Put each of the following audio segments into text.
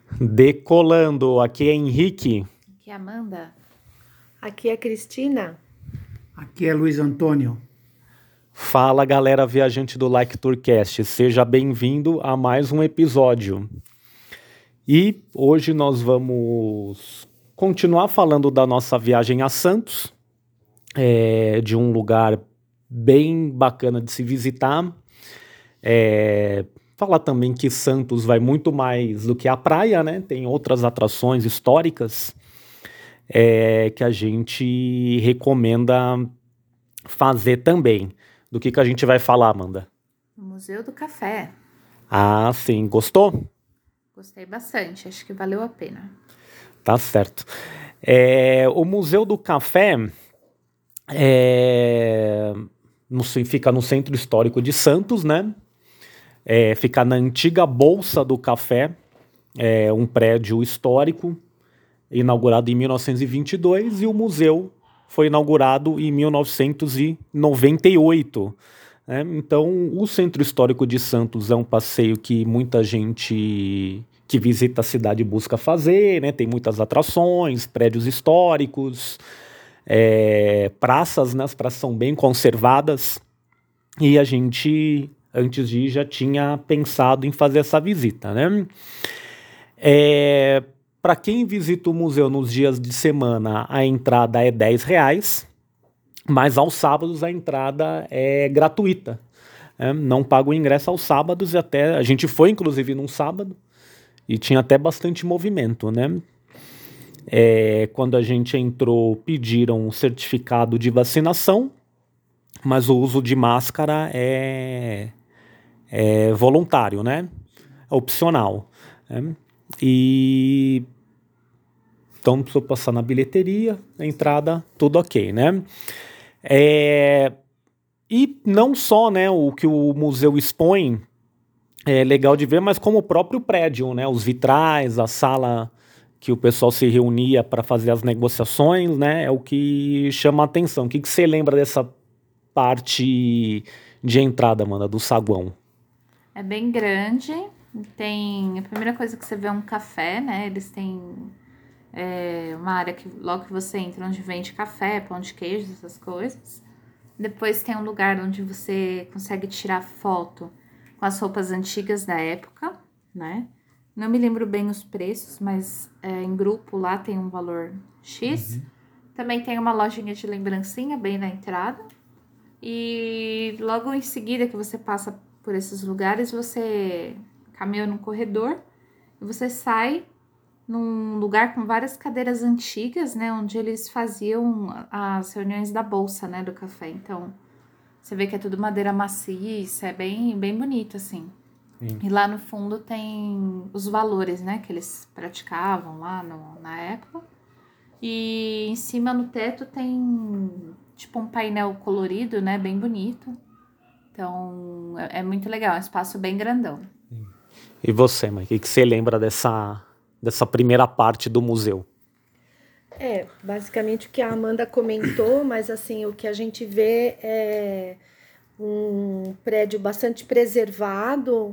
Decolando, aqui é Henrique. Aqui é a Amanda. Aqui é Cristina. Aqui é Luiz Antônio. Fala galera viajante do Like Tourcast, seja bem-vindo a mais um episódio. E hoje nós vamos continuar falando da nossa viagem a Santos, de um lugar bem bacana de se visitar. Falar também que Santos vai muito mais do que a praia, né? Tem outras atrações históricas que a gente recomenda fazer também. Do que a gente vai falar, Amanda? Museu do Café. Ah, sim. Gostou? Gostei bastante, acho que valeu a pena. Tá certo. O Museu do Café fica no Centro Histórico de Santos, né? Fica na antiga Bolsa do Café, um prédio histórico, inaugurado em 1922, e o museu foi inaugurado em 1998. Então, o Centro Histórico de Santos é um passeio que muita gente que visita a cidade busca fazer, né? Tem muitas atrações, prédios históricos, praças, né? As praças são bem conservadas, e a gente, antes de ir, já tinha pensado em fazer essa visita, né? Para quem visita o museu nos dias de semana, a entrada é R$10, mas aos sábados a entrada é gratuita. Não paga o ingresso aos sábados, e até a gente foi inclusive num sábado e tinha até bastante movimento, né? Quando a gente entrou, pediram um certificado de vacinação, mas o uso de máscara é voluntário, né? É opcional. E então, precisou passar na bilheteria, a entrada, tudo ok, né? E não só, né, o que o museu expõe é legal de ver, mas como o próprio prédio, né? Os vitrais, a sala que o pessoal se reunia para fazer as negociações, né? É o que chama a atenção. O que você lembra dessa parte de entrada, Amanda, do saguão? É bem grande, tem... A primeira coisa que você vê é um café, né? Eles têm uma área que logo que você entra, onde vende café, pão de queijo, essas coisas. Depois tem um lugar onde você consegue tirar foto com as roupas antigas da época, né? Não me lembro bem os preços, mas em grupo lá tem um valor X. Também tem uma lojinha de lembrancinha bem na entrada. E logo em seguida que você passa por esses lugares, você caminha num corredor e você sai num lugar com várias cadeiras antigas, né? Onde eles faziam as reuniões da bolsa, né? Do café. Então, você vê que é tudo madeira maciça, é bem, bem bonito, assim. Sim. E lá no fundo tem os valores, né? Que eles praticavam lá na época. E em cima no teto tem tipo um painel colorido, né? Bem bonito. Então, é muito legal, é um espaço bem grandão. E você, mãe, o que você lembra dessa primeira parte do museu? Basicamente o que a Amanda comentou, mas assim, o que a gente vê é um prédio bastante preservado,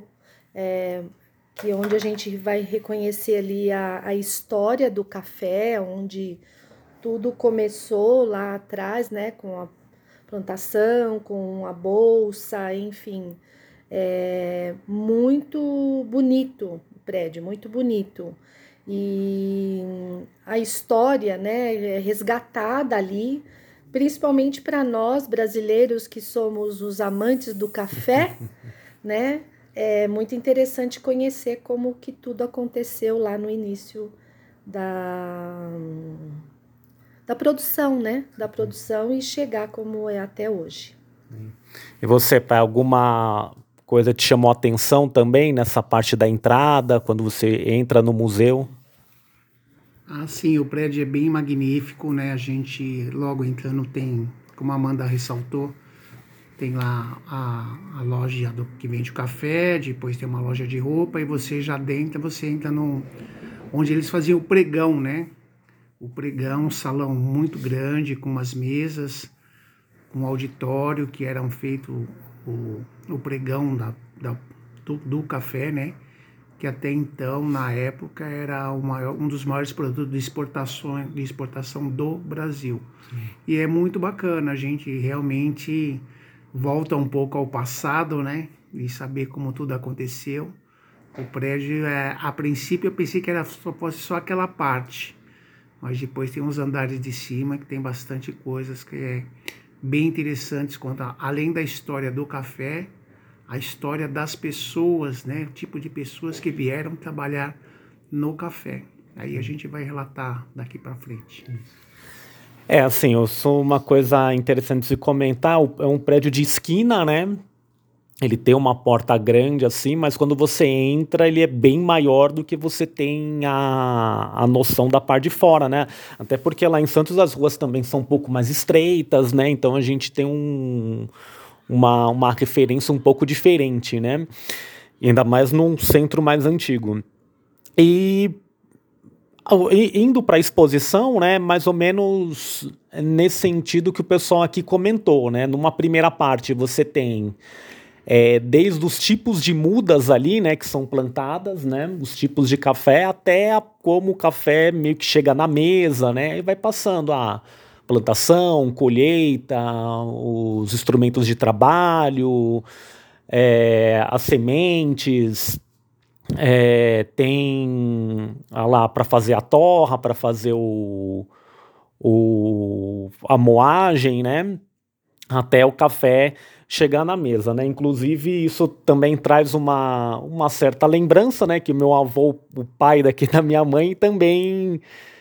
que onde a gente vai reconhecer ali a história do café, onde tudo começou lá atrás, né, com a plantação, com a bolsa, enfim. É muito bonito o prédio, muito bonito. E a história, né, é resgatada ali, principalmente para nós brasileiros que somos os amantes do café, né? É muito interessante conhecer como que tudo aconteceu lá no início da produção, né? Da produção e chegar como é até hoje. E você, pai, alguma coisa te chamou a atenção também nessa parte da entrada, quando você entra no museu? Ah, sim, o prédio é bem magnífico, né? A gente, logo entrando, tem, como a Amanda ressaltou, tem lá a loja que vende o café, depois tem uma loja de roupa, e você já dentro, você entra onde eles faziam o pregão, né? O pregão, um salão muito grande, com umas mesas, um auditório que eram feito o pregão do café, né? que até então, na época, era um dos maiores produtos de exportação do Brasil. E é muito bacana, a gente realmente volta um pouco ao passado, né? E saber como tudo aconteceu. O prédio, a princípio, eu pensei que fosse só aquela parte. Mas depois tem uns andares de cima que tem bastante coisas que é bem interessantes, além da história do café, a história das pessoas, né? O tipo de pessoas que vieram trabalhar no café. Aí a gente vai relatar daqui para frente. Assim, eu sou uma coisa interessante de comentar, é um prédio de esquina, né? Ele tem uma porta grande assim, mas quando você entra, ele é bem maior do que você tem a noção da parte de fora, né? Até porque lá em Santos as ruas também são um pouco mais estreitas, né? Então a gente tem uma referência um pouco diferente, né? E ainda mais num centro mais antigo. E indo para a exposição, né, mais ou menos nesse sentido que o pessoal aqui comentou, né? Numa primeira parte você tem desde os tipos de mudas ali, né, que são plantadas, né, os tipos de café, até como o café meio que chega na mesa, né, e vai passando a plantação, colheita, os instrumentos de trabalho, as sementes, tem lá para fazer a torra, para fazer a moagem, né, até o café chegar na mesa, né? Inclusive, isso também traz uma certa lembrança, né? Que meu avô, o pai daqui da minha mãe, também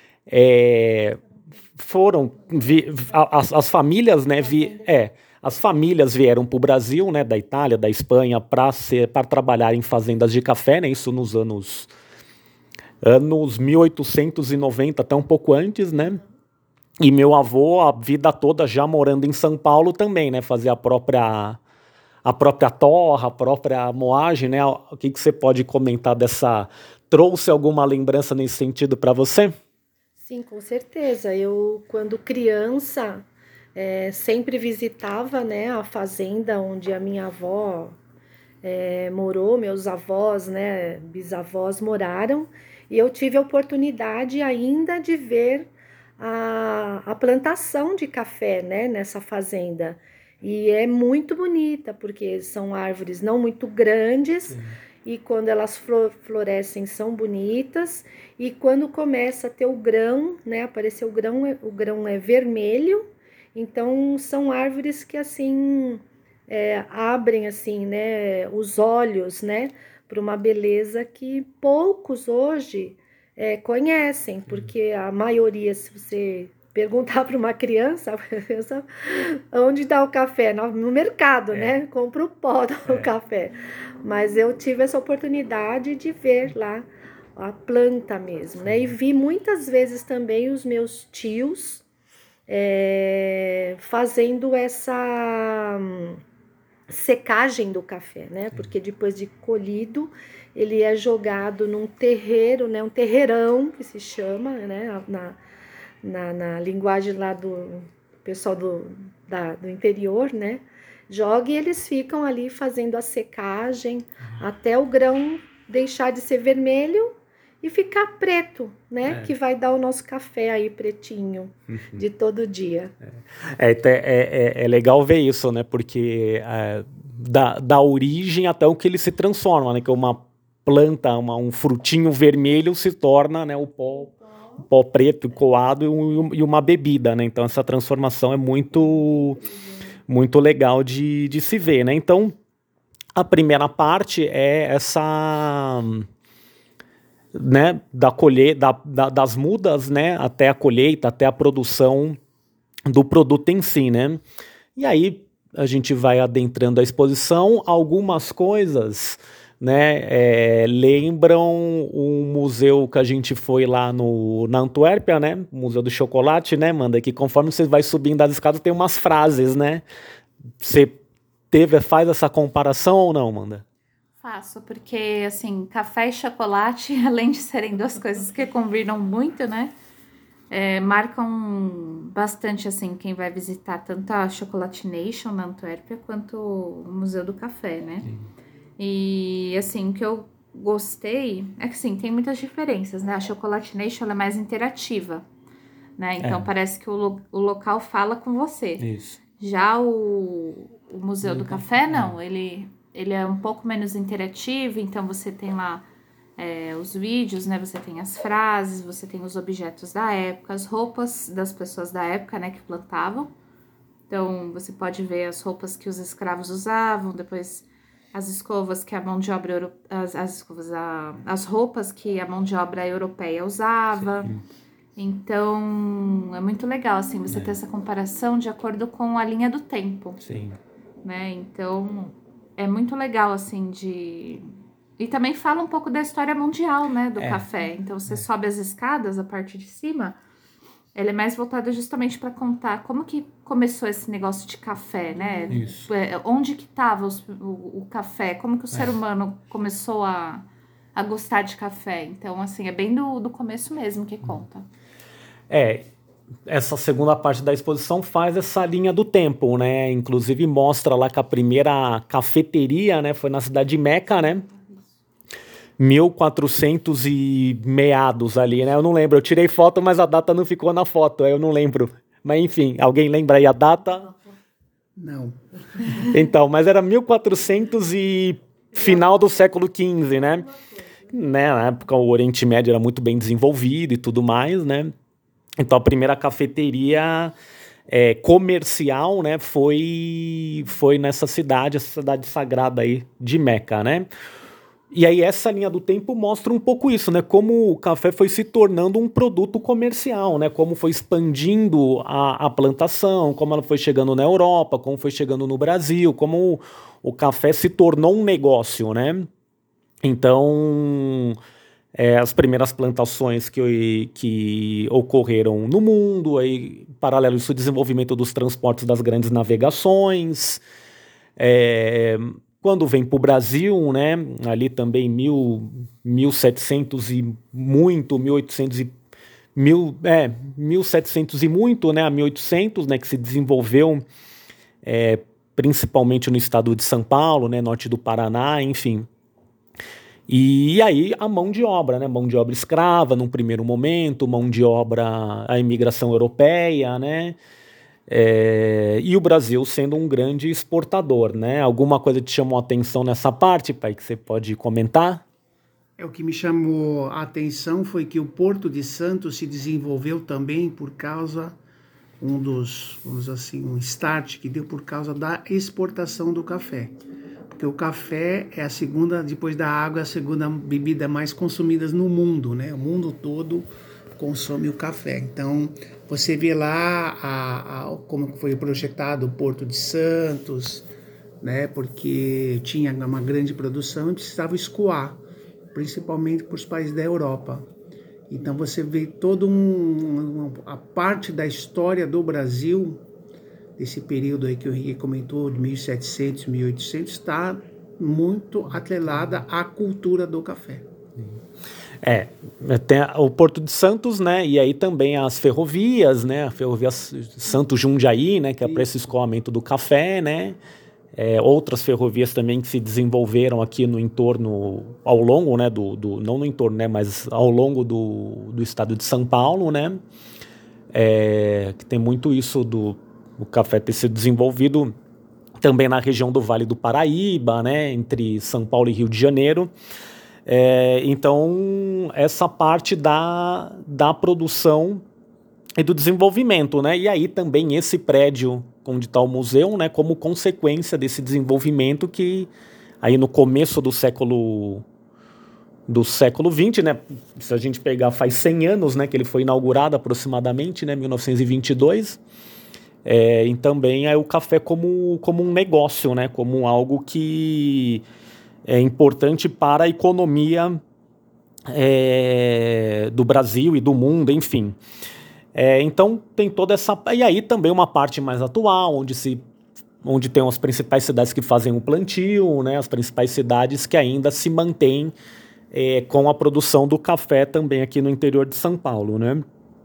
foram... as famílias, né? As famílias vieram para o Brasil, né? Da Itália, da Espanha, para trabalhar em fazendas de café, né? Isso nos anos 1890, até um pouco antes, né? E meu avô, a vida toda já morando em São Paulo também, né? Fazia a própria torra, a própria moagem, né? O que você pode comentar dessa... Trouxe alguma lembrança nesse sentido para você? Sim, com certeza. Eu, quando criança, sempre visitava, né, a fazenda onde a minha avó morou, meus avós, né, bisavós moraram, e eu tive a oportunidade ainda de ver a plantação de café, né, nessa fazenda. E é muito bonita, porque são árvores não muito grandes, sim, e quando elas florescem são bonitas, e quando começa a ter o grão, né, aparecer o grão é vermelho, então são árvores que assim... abrem assim, né, os olhos, né, para uma beleza que poucos hoje conhecem, porque a maioria, se você perguntar para uma criança, onde dá o café? No mercado, né? Compra o pó do café. Mas eu tive essa oportunidade de ver lá a planta mesmo, né? E vi muitas vezes também os meus tios fazendo essa secagem do café, né? Porque depois de colhido, ele é jogado num terreiro, né? Um terreirão que se chama, né? Na linguagem lá do pessoal do interior, né? Joga e eles ficam ali fazendo a secagem até o grão deixar de ser vermelho e ficar preto, né? Que vai dar o nosso café aí pretinho de todo dia. É legal ver isso, né? Porque da origem até o que ele se transforma, né? Que uma planta, um frutinho vermelho se torna, né, o pó preto coado e uma bebida, né? Então essa transformação é muito legal de se ver, né? Então a primeira parte é essa, né, das mudas, né, até a colheita, até a produção do produto em si, né? E aí a gente vai adentrando a exposição, algumas coisas, né, lembram um museu que a gente foi lá na Antuérpia, né, Museu do Chocolate, né, Manda, que conforme você vai subindo as escadas tem umas frases, né? Você faz essa comparação ou não, Manda? Faço, porque, assim, café e chocolate, além de serem duas coisas que combinam muito, né, marcam bastante, assim, quem vai visitar tanto a Chocolate Nation na Antuérpia quanto o Museu do Café, né? Sim. E, assim, o que eu gostei é que, sim, tem muitas diferenças, né? A Chocolate Nation ela é mais interativa, né? Então, parece que o local fala com você. Isso. Já o Museu do Café, não. Ele é um pouco menos interativo, então você tem lá os vídeos, né? Você tem as frases, você tem os objetos da época, as roupas das pessoas da época, né? Que plantavam. Então, você pode ver as roupas que os escravos usavam, depois as escovas que a mão de obra... As roupas que a mão de obra europeia usava. Sim. Então, é muito legal, assim, você ter essa comparação de acordo com a linha do tempo. Sim. Né? Então, é muito legal, assim, E também fala um pouco da história mundial, né, do café. Então, você sobe as escadas, a parte de cima, ela é mais voltada justamente para contar como que começou esse negócio de café, né? Isso. Onde que estava o café, como que o ser humano começou a gostar de café. Então, assim, é bem do começo mesmo que conta. Essa segunda parte da exposição faz essa linha do tempo, né? Inclusive mostra lá que a primeira cafeteria, né, foi na cidade de Meca, né? 1400 e meados ali, né? Eu não lembro, eu tirei foto, mas a data não ficou na foto, eu não lembro. Mas enfim, alguém lembra aí a data? Não. Então, mas era 1400 e final do século XV, né? Na época o Oriente Médio era muito bem desenvolvido e tudo mais, né? Então a primeira cafeteria comercial, né, foi nessa cidade, essa cidade sagrada aí de Meca, né? E aí essa linha do tempo mostra um pouco isso, né? Como o café foi se tornando um produto comercial, né? Como foi expandindo a plantação, como ela foi chegando na Europa, como foi chegando no Brasil, como o café se tornou um negócio, né? Então, as primeiras plantações que ocorreram no mundo, aí, paralelo a isso, o desenvolvimento dos transportes das grandes navegações, quando vem para o Brasil, né, ali também 1700 e muito, 1700 e muito, né, a 1800, né, que se desenvolveu principalmente no estado de São Paulo, né, norte do Paraná, enfim. E aí a mão de obra, né? Mão de obra escrava num primeiro momento, mão de obra, a imigração europeia, né? E o Brasil sendo um grande exportador, né? Alguma coisa te chamou a atenção nessa parte, pai, que você pode comentar? O que me chamou a atenção foi que o Porto de Santos se desenvolveu também por causa, um start que deu por causa da exportação do café. Porque o café é a segunda, depois da água, a segunda bebida mais consumida no mundo, né? O mundo todo consome o café. Então, você vê lá como foi projetado o Porto de Santos, né? Porque tinha uma grande produção e precisava escoar, principalmente para os países da Europa. Então, você vê toda a parte da história do Brasil, esse período aí que o Henrique comentou, de 1700, 1800, está muito atrelada à cultura do café. Tem o Porto de Santos, né, e aí também as ferrovias, né, a ferrovia Santos-Jundiaí, né, que é para esse escoamento do café, né, outras ferrovias também que se desenvolveram aqui no entorno, ao longo, né, não no entorno, né, mas ao longo do estado de São Paulo, né, que tem muito isso o café ter sido desenvolvido também na região do Vale do Paraíba, né, entre São Paulo e Rio de Janeiro. Então, essa parte da produção e do desenvolvimento, né? E aí também esse prédio onde está o museu, né, como consequência desse desenvolvimento que aí no começo do século XX, né, se a gente pegar, faz 100 anos, né, que ele foi inaugurado aproximadamente, né, 1922, e também o café como um negócio, né, como algo que é importante para a economia do Brasil e do mundo, enfim. Então tem toda essa... E aí também uma parte mais atual, onde tem as principais cidades que fazem o plantio, né, as principais cidades que ainda se mantêm com a produção do café também aqui no interior de São Paulo, né?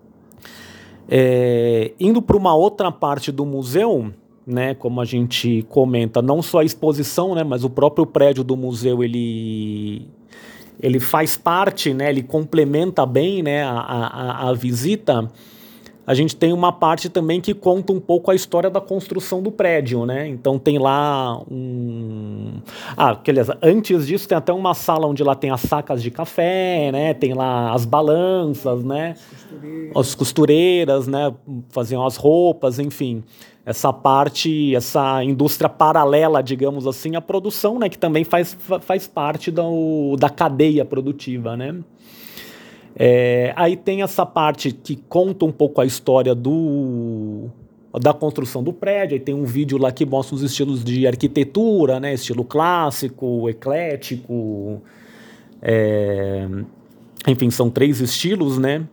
Indo para uma outra parte do museu, né, como a gente comenta, não só a exposição, né, mas o próprio prédio do museu ele ele faz parte, né, ele complementa bem, né, a visita. A gente tem uma parte também que conta um pouco a história da construção do prédio, né? Então tem lá beleza. Antes disso tem até uma sala onde lá tem as sacas de café, né? Tem lá as balanças, né? As costureiras, né? Faziam as roupas, enfim. Essa parte, essa indústria paralela, digamos assim, à produção, né? Que também faz parte da cadeia produtiva, né? Aí tem essa parte que conta um pouco a história da construção do prédio. Aí tem um vídeo lá que mostra os estilos de arquitetura, né? Estilo clássico, eclético. Enfim, são 3 estilos, né?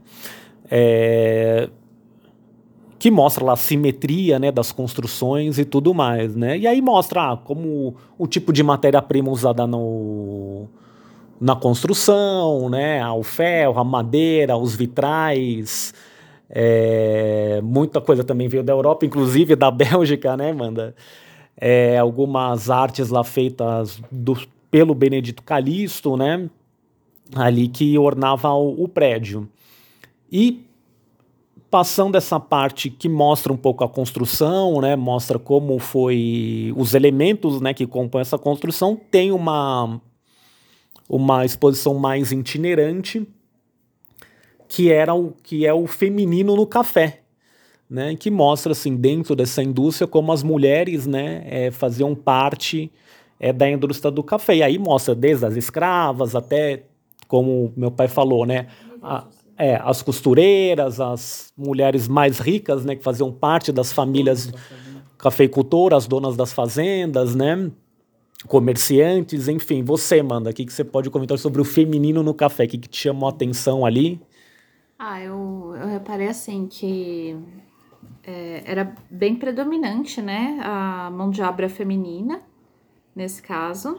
Que mostra lá a simetria, né, das construções e tudo mais, né? E aí mostra como o tipo de matéria-prima usada na construção, né? O ferro, a madeira, os vitrais, muita coisa também veio da Europa, inclusive da Bélgica, né, Amanda? Algumas artes lá feitas pelo Benedito Calixto, né? Ali que ornava o prédio. E passando essa parte que mostra um pouco a construção, né? Mostra como foi os elementos, né, que compõem essa construção, tem uma exposição mais itinerante, que é o feminino no café, né, que mostra assim, dentro dessa indústria como as mulheres, né, faziam parte da indústria do café. E aí mostra desde as escravas até, como meu pai falou, né, as costureiras, as mulheres mais ricas, né, que faziam parte das famílias cafeicultoras, as donas das fazendas, né, comerciantes, enfim. Você, Amanda, o que você pode comentar sobre o feminino no café? O que te chamou a atenção ali? Eu reparei assim que era bem predominante, né, a mão de obra feminina, nesse caso.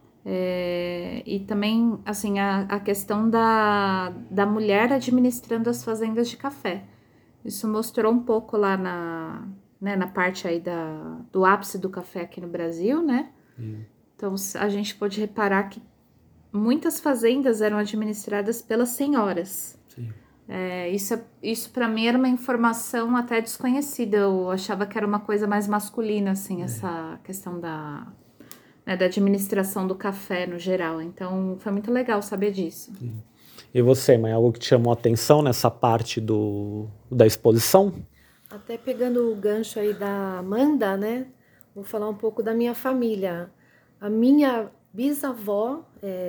E também, assim, a questão da mulher administrando as fazendas de café. Isso mostrou um pouco lá na parte aí do ápice do café aqui no Brasil, né? Então, a gente pôde reparar que muitas fazendas eram administradas pelas senhoras. Sim. Isso para mim era uma informação até desconhecida. Eu achava que era uma coisa mais masculina, assim, essa questão da administração do café no geral. Então, foi muito legal saber disso. Sim. E você, mãe, algo que te chamou a atenção nessa parte da exposição? Até pegando o gancho aí da Amanda, né? Vou falar um pouco da minha família. A minha bisavó,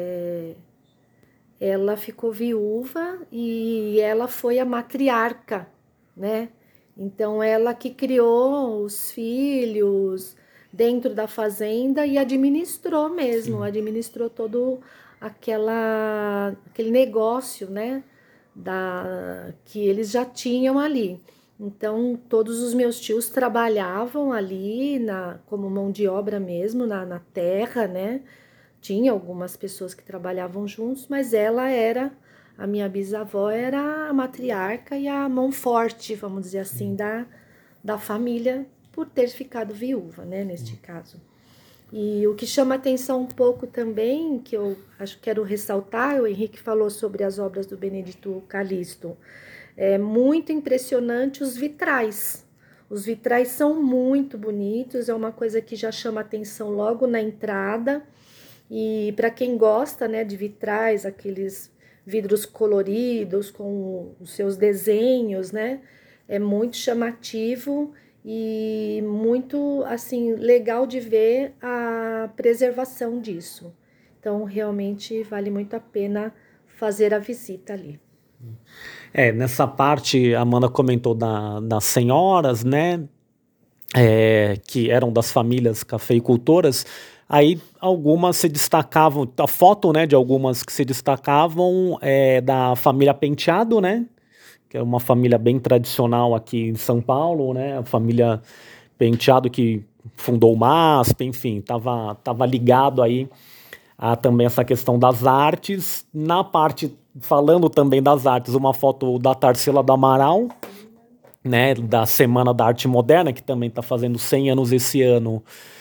ela ficou viúva e ela foi a matriarca, né? Então, ela que criou os filhos dentro da fazenda e administrou mesmo, Sim. administrou todo aquele negócio, né, que eles já tinham ali. Então, todos os meus tios trabalhavam ali como mão de obra mesmo, na terra, né? Tinha algumas pessoas que trabalhavam juntos, mas a minha bisavó era a matriarca e a mão forte, vamos dizer assim, da família, por ter ficado viúva, né, neste caso. E o que chama atenção um pouco também, que eu acho que quero ressaltar, o Henrique falou sobre as obras do Benedito Calixto. É muito impressionante os vitrais. Os vitrais são muito bonitos, é uma coisa que já chama atenção logo na entrada. E para quem gosta, né, de vitrais, aqueles vidros coloridos com os seus desenhos, né, é muito chamativo e muito, assim, legal de ver a preservação disso. Então, realmente vale muito a pena fazer a visita ali. Nessa parte, a Amanda comentou das senhoras, né, que eram das famílias cafeicultoras. Aí algumas se destacavam, a foto, né, de algumas que se destacavam da família Penteado, né, que é uma família bem tradicional aqui em São Paulo, né, a família Penteado que fundou o MASP, enfim, tava ligado aí a também essa questão das artes. Na parte, falando também das artes, uma foto da Tarsila do Amaral, né, da Semana da Arte Moderna, que também está fazendo 100 anos esse ano,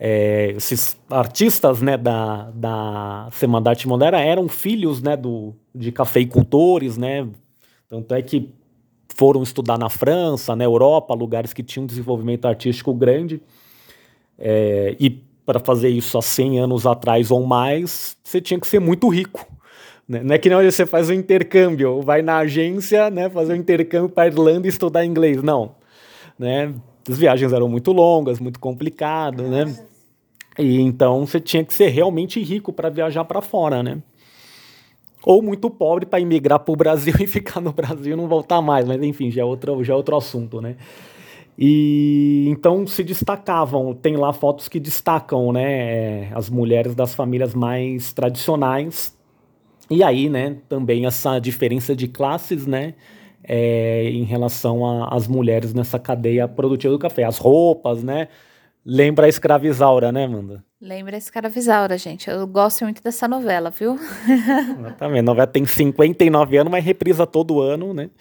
esses artistas, né, da Semana da Arte Moderna eram filhos, né, de cafeicultores, né, tanto é que foram estudar na França, na Europa, lugares que tinham desenvolvimento artístico grande, e para fazer isso há 100 anos atrás ou mais, você tinha que ser muito rico. Né? Não é que nem hoje você faz um intercâmbio, vai na agência, né, fazer um intercâmbio para a Irlanda e estudar inglês. Não. Né? As viagens eram muito longas, muito complicadas, né? E então você tinha que ser realmente rico para viajar para fora, né? Ou muito pobre para imigrar para o Brasil e ficar no Brasil e não voltar mais, mas enfim, já é outro assunto, né? E então se destacavam, tem lá fotos que destacam, né, as mulheres das famílias mais tradicionais, e aí, né, também essa diferença de classes, né, em relação às mulheres nessa cadeia produtiva do café, as roupas, né, lembra a Escravizaura, né, Amanda? Lembra a Escravizaura, gente. Eu gosto muito dessa novela, viu? Exatamente. A novela tem 59 anos, mas reprisa todo ano, né?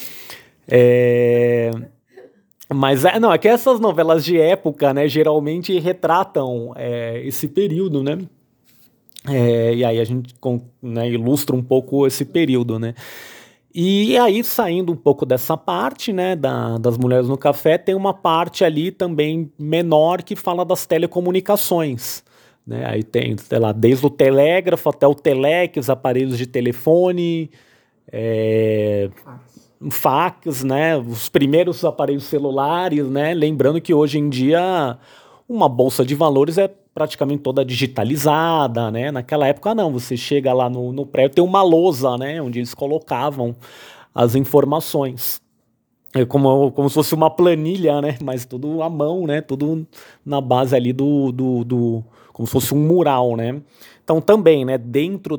Mas não, é que essas novelas de época, né, geralmente retratam esse período, né? E aí a gente, né, ilustra um pouco esse período, né? E aí, saindo um pouco dessa parte, né, das mulheres no café, tem uma parte ali também menor que fala das telecomunicações. Né? Aí tem, sei lá, desde o telégrafo até o telex, aparelhos de telefone, fax, né, os primeiros aparelhos celulares, né, lembrando que hoje em dia uma bolsa de valores é praticamente toda digitalizada, né? Naquela época não, você chega lá no prédio, tem uma lousa, né, onde eles colocavam as informações. Como se fosse uma planilha, né? Mas tudo à mão, né? Tudo na base ali como se fosse um mural, né? Então também, né, dentro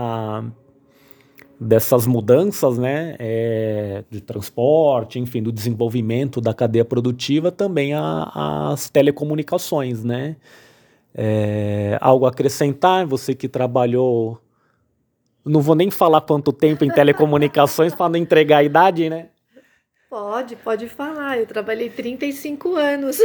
dessas mudanças, né, de transporte, enfim, do desenvolvimento da cadeia produtiva, também as telecomunicações, né? Algo a acrescentar? Você que trabalhou, não vou nem falar quanto tempo em telecomunicações para não entregar a idade, né? Pode falar. Eu trabalhei 35 anos.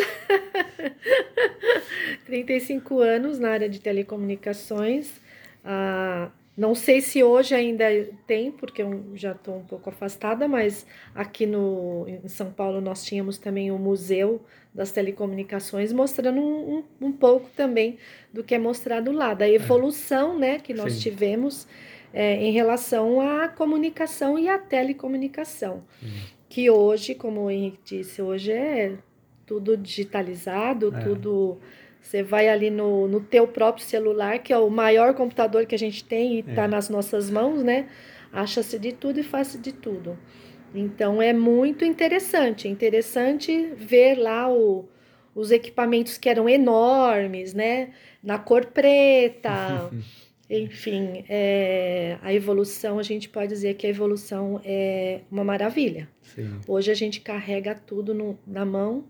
35 anos na área de telecomunicações. Não sei se hoje ainda tem, porque eu já estou um pouco afastada, mas aqui em São Paulo nós tínhamos também o Museu das Telecomunicações, mostrando um pouco também do que é mostrado lá, da evolução, né, que nós tivemos em relação à comunicação e à telecomunicação. Que hoje, como o Henrique disse, hoje é tudo digitalizado, tudo... Você vai ali no teu próprio celular, que é o maior computador que a gente tem e está nas nossas mãos, né? Acha-se de tudo e faz-se de tudo. Então, é muito interessante. É interessante ver lá os equipamentos que eram enormes, né? Na cor preta. Enfim, a evolução, a gente pode dizer que a evolução é uma maravilha. Sim. Hoje a gente carrega tudo na mão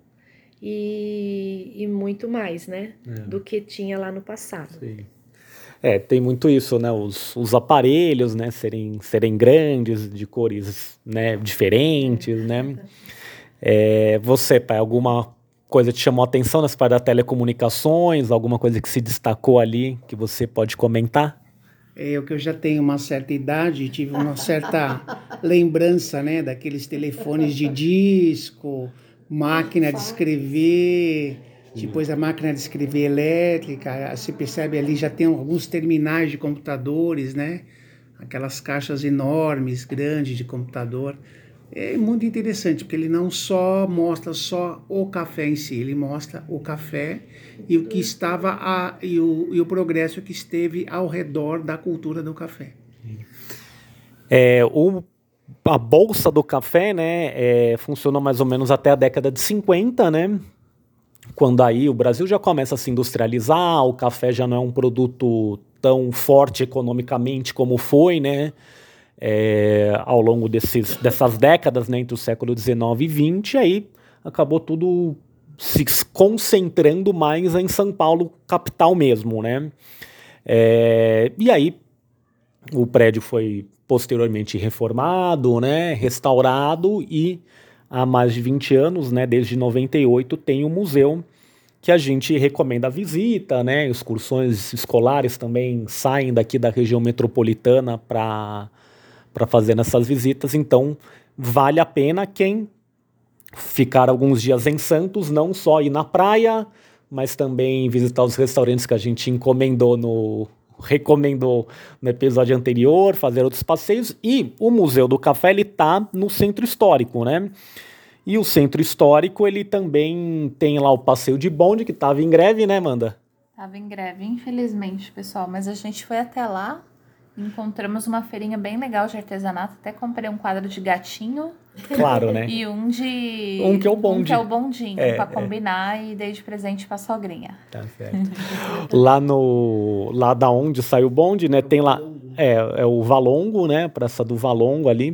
e muito mais, né? Do que tinha lá no passado. Sim. Tem muito isso, né? Os aparelhos, né? Serem grandes, de cores, né, diferentes, né? Você, pai, alguma coisa te chamou a atenção nessa parte das telecomunicações? Alguma coisa que se destacou ali que você pode comentar? Eu que eu já tenho uma certa idade, tive uma certa lembrança, né, daqueles telefones de disco, máquina de escrever, depois a máquina de escrever elétrica, se percebe ali já tem alguns terminais de computadores, né, aquelas caixas enormes, grandes de computador. É muito interessante, porque ele não só mostra só o café em si, ele mostra o café e o que estava e o progresso que esteve ao redor da cultura do café. A bolsa do café, né, funcionou mais ou menos até a década de 50, né? Quando aí o Brasil já começa a se industrializar, o café já não é um produto tão forte economicamente como foi, né? Ao longo dessas décadas, né, entre o século XIX e XX, aí acabou tudo se concentrando mais em São Paulo, capital mesmo, né? E aí o prédio foi posteriormente reformado, né, restaurado, e há mais de 20 anos, né, desde 98, tem o museu que a gente recomenda a visita, né? Excursões escolares também saem daqui da região metropolitana para fazer essas visitas, então vale a pena quem ficar alguns dias em Santos, não só ir na praia, mas também visitar os restaurantes que a gente recomendou no episódio anterior, fazer outros passeios. E o Museu do Café, ele tá no Centro Histórico, né? E o Centro Histórico, ele também tem lá o passeio de bonde, que estava em greve, né, Amanda? Tava em greve, infelizmente, pessoal, mas a gente foi até lá, encontramos uma feirinha bem legal de artesanato, até comprei um quadro de gatinho. Claro, né? E um de... Um que é o bonde. Um que é o bondinho, pra combinar, e dei de presente pra sogrinha. Tá certo. Lá da onde sai o bonde, né? Tem lá... É o Valongo, né? Praça do Valongo ali.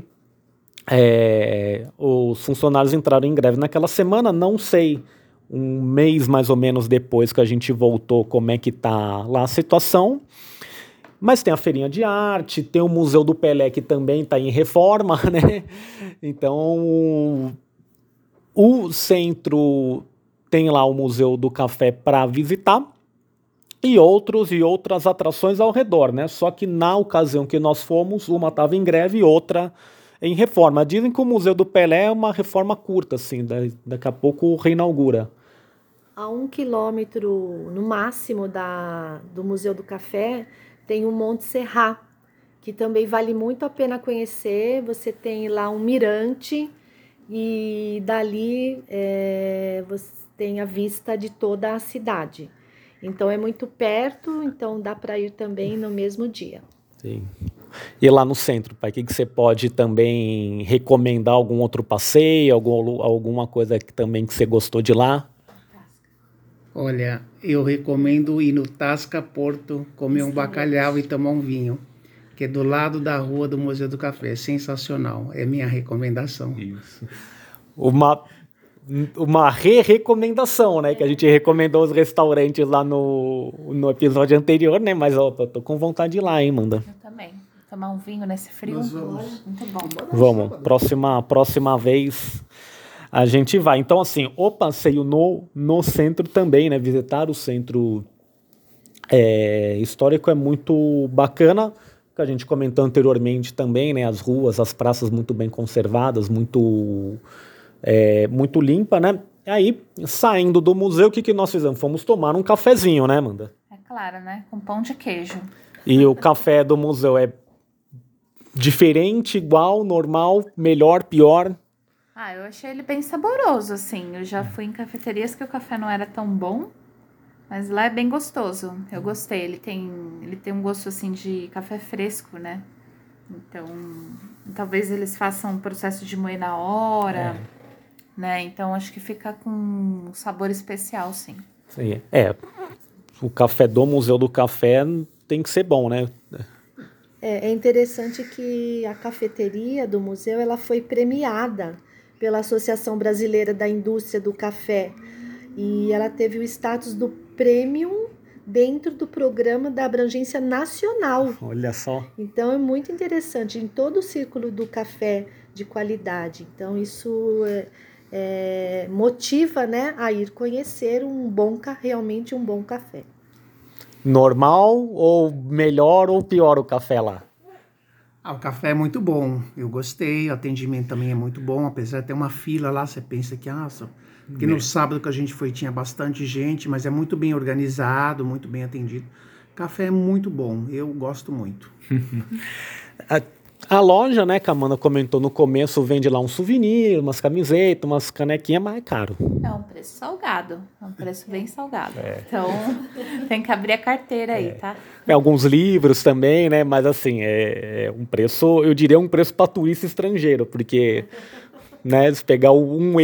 Os funcionários entraram em greve naquela semana, não sei, um mês mais ou menos depois que a gente voltou, como é que tá lá a situação. Mas tem a feirinha de arte, tem o Museu do Pelé, que também está em reforma, né? Então, o centro tem lá o Museu do Café para visitar e outras atrações ao redor, né? Só que na ocasião que nós fomos, uma estava em greve e outra em reforma. Dizem que o Museu do Pelé é uma reforma curta, assim, daqui a pouco reinaugura. A 1 quilômetro, no máximo, do Museu do Café, tem o Monte Serrat, que também vale muito a pena conhecer. Você tem lá um mirante e dali você tem a vista de toda a cidade. Então é muito perto, então dá para ir também no mesmo dia. Sim. E lá no centro, pai, o que você pode também recomendar? Algum outro passeio, alguma coisa que você gostou de lá? Olha, eu recomendo ir no Tasca Porto, comer um bacalhau e tomar um vinho, que é do lado da rua do Museu do Café. É sensacional, é minha recomendação. Isso. Uma recomendação, né? Que a gente recomendou os restaurantes lá no episódio anterior, né? Mas eu tô com vontade de ir lá, hein, Amanda? Eu também. Tomar um vinho nesse frio. Nós vamos. Muito bom. Vamos, próxima vez a gente vai. Então, assim, o passeio no centro também, né? Visitar o centro histórico é muito bacana, que a gente comentou anteriormente também, né? As ruas, as praças muito bem conservadas, muito limpa, né? E aí, saindo do museu, o que nós fizemos? Fomos tomar um cafezinho, né, Amanda? É claro, né? Com pão de queijo. E o café do museu é diferente, igual, normal, melhor, pior? Eu achei ele bem saboroso, assim. Eu já fui em cafeterias que o café não era tão bom, mas lá é bem gostoso. Eu gostei. Ele tem um gosto, assim, de café fresco, né? Então, talvez eles façam um processo de moer na hora, né? Então, acho que fica com um sabor especial, sim. Sim, o café do Museu do Café tem que ser bom, né? É interessante que a cafeteria do museu ela foi premiada pela Associação Brasileira da Indústria do Café e ela teve o status do Premium dentro do programa da abrangência nacional. Olha só. Então é muito interessante em todo o círculo do café de qualidade. Então isso motiva, né, a ir conhecer realmente um bom café. Normal ou melhor ou pior o café lá? O café é muito bom, eu gostei, o atendimento também é muito bom, apesar de ter uma fila lá, você pensa que, porque no sábado que a gente foi tinha bastante gente, mas é muito bem organizado, muito bem atendido. Café é muito bom, eu gosto muito. A loja, né, que a Amanda comentou no começo, vende lá um souvenir, umas camisetas, umas canequinhas, mas é caro. É um preço salgado, é um preço bem salgado. Então, tem que abrir a carteira aí, tá? Alguns livros também, né, mas assim, é um preço, eu diria um preço para turista estrangeiro, porque, né, se pegar €1,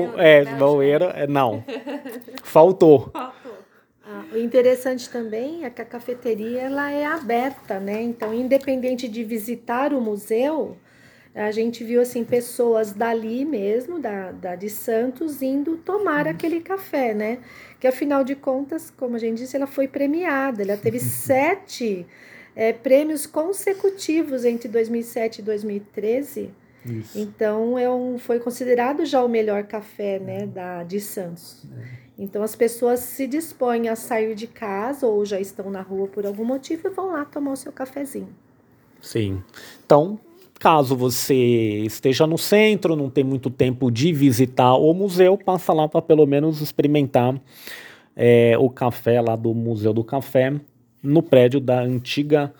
não, faltou. O interessante também é que a cafeteria ela é aberta, né? Então, independente de visitar o museu, a gente viu assim pessoas dali mesmo, de Santos, indo tomar aquele café, né? Que afinal de contas, como a gente disse, ela foi premiada. Ela teve 7 prêmios consecutivos entre 2007 e 2013. Isso. Então, foi considerado já o melhor café, né, de Santos. Então, as pessoas se dispõem a sair de casa ou já estão na rua por algum motivo e vão lá tomar o seu cafezinho. Sim. Então, caso você esteja no centro, não tem muito tempo de visitar o museu, passa lá para pelo menos experimentar o café lá do Museu do Café, no prédio da antiga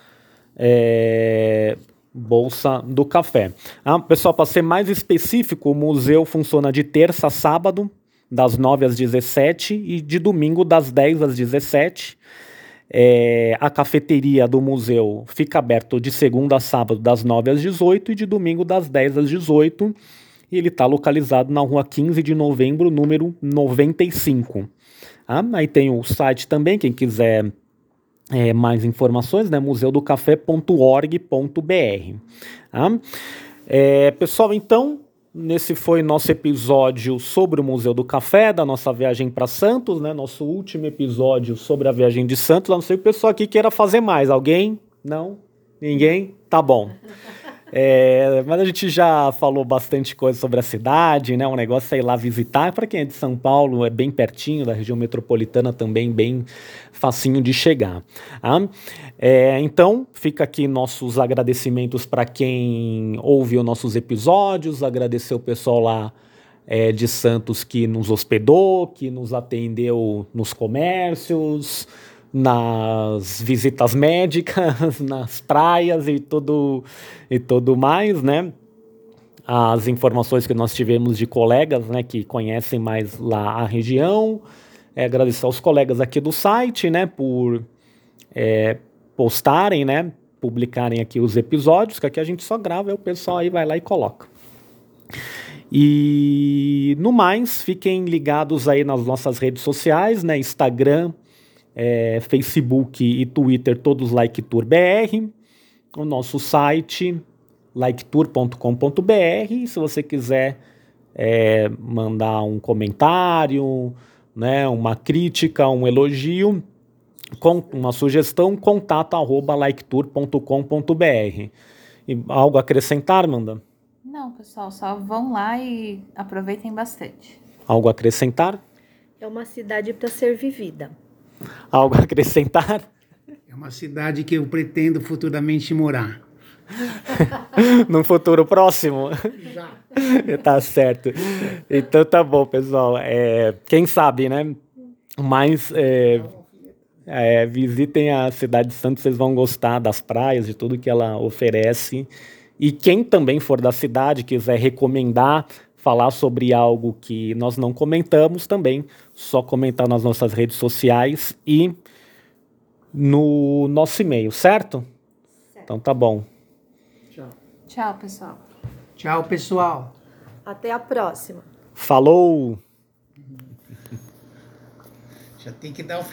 Bolsa do Café. Pessoal, para ser mais específico, o museu funciona de terça a sábado, das 9 às 17 e de domingo das 10 às 17. A cafeteria do museu fica aberta de segunda a sábado das 9 às 18 e de domingo das 10 às 18. E ele está localizado na rua 15 de novembro, número 95. Aí tem o site também, quem quiser mais informações, né, museudocafé.org.br. Pessoal, então, nesse foi nosso episódio sobre o Museu do Café, da nossa viagem para Santos, né, nosso último episódio sobre a viagem de Santos. Não sei se o pessoal aqui queira fazer mais. Alguém? Não? Ninguém? Tá bom. Mas a gente já falou bastante coisa sobre a cidade, né? Um negócio é ir lá visitar. Para quem é de São Paulo, é bem pertinho, da região metropolitana também, bem facinho de chegar. Então, fica aqui nossos agradecimentos para quem ouviu nossos episódios, agradecer o pessoal lá de Santos que nos hospedou, que nos atendeu nos comércios, nas visitas médicas, nas praias e tudo mais, né? As informações que nós tivemos de colegas, né, que conhecem mais lá a região. Agradecer aos colegas aqui do site, né, por postarem, né, publicarem aqui os episódios, que aqui a gente só grava e o pessoal aí vai lá e coloca. E no mais, fiquem ligados aí nas nossas redes sociais, né, Instagram, Facebook e Twitter, todos LikeTourBR, o nosso site liketour.com.br. Se você quiser mandar um comentário, né, uma crítica, um elogio, uma sugestão, contato@liketour.com.br. E algo a acrescentar, Amanda? Não, pessoal, só vão lá e aproveitem bastante. Algo a acrescentar? É uma cidade para ser vivida. Algo a acrescentar? É uma cidade que eu pretendo futuramente morar. Num futuro próximo? Já. Tá certo. Então tá bom, pessoal. Quem sabe, né? Mas visitem a cidade de Santos, vocês vão gostar das praias, de tudo que ela oferece. E quem também for da cidade, quiser recomendar, falar sobre algo que nós não comentamos também, só comentar nas nossas redes sociais e no nosso e-mail, certo? Então tá bom. Tchau. Tchau, pessoal. Tchau, pessoal. Até a próxima. Falou! Já tem que dar o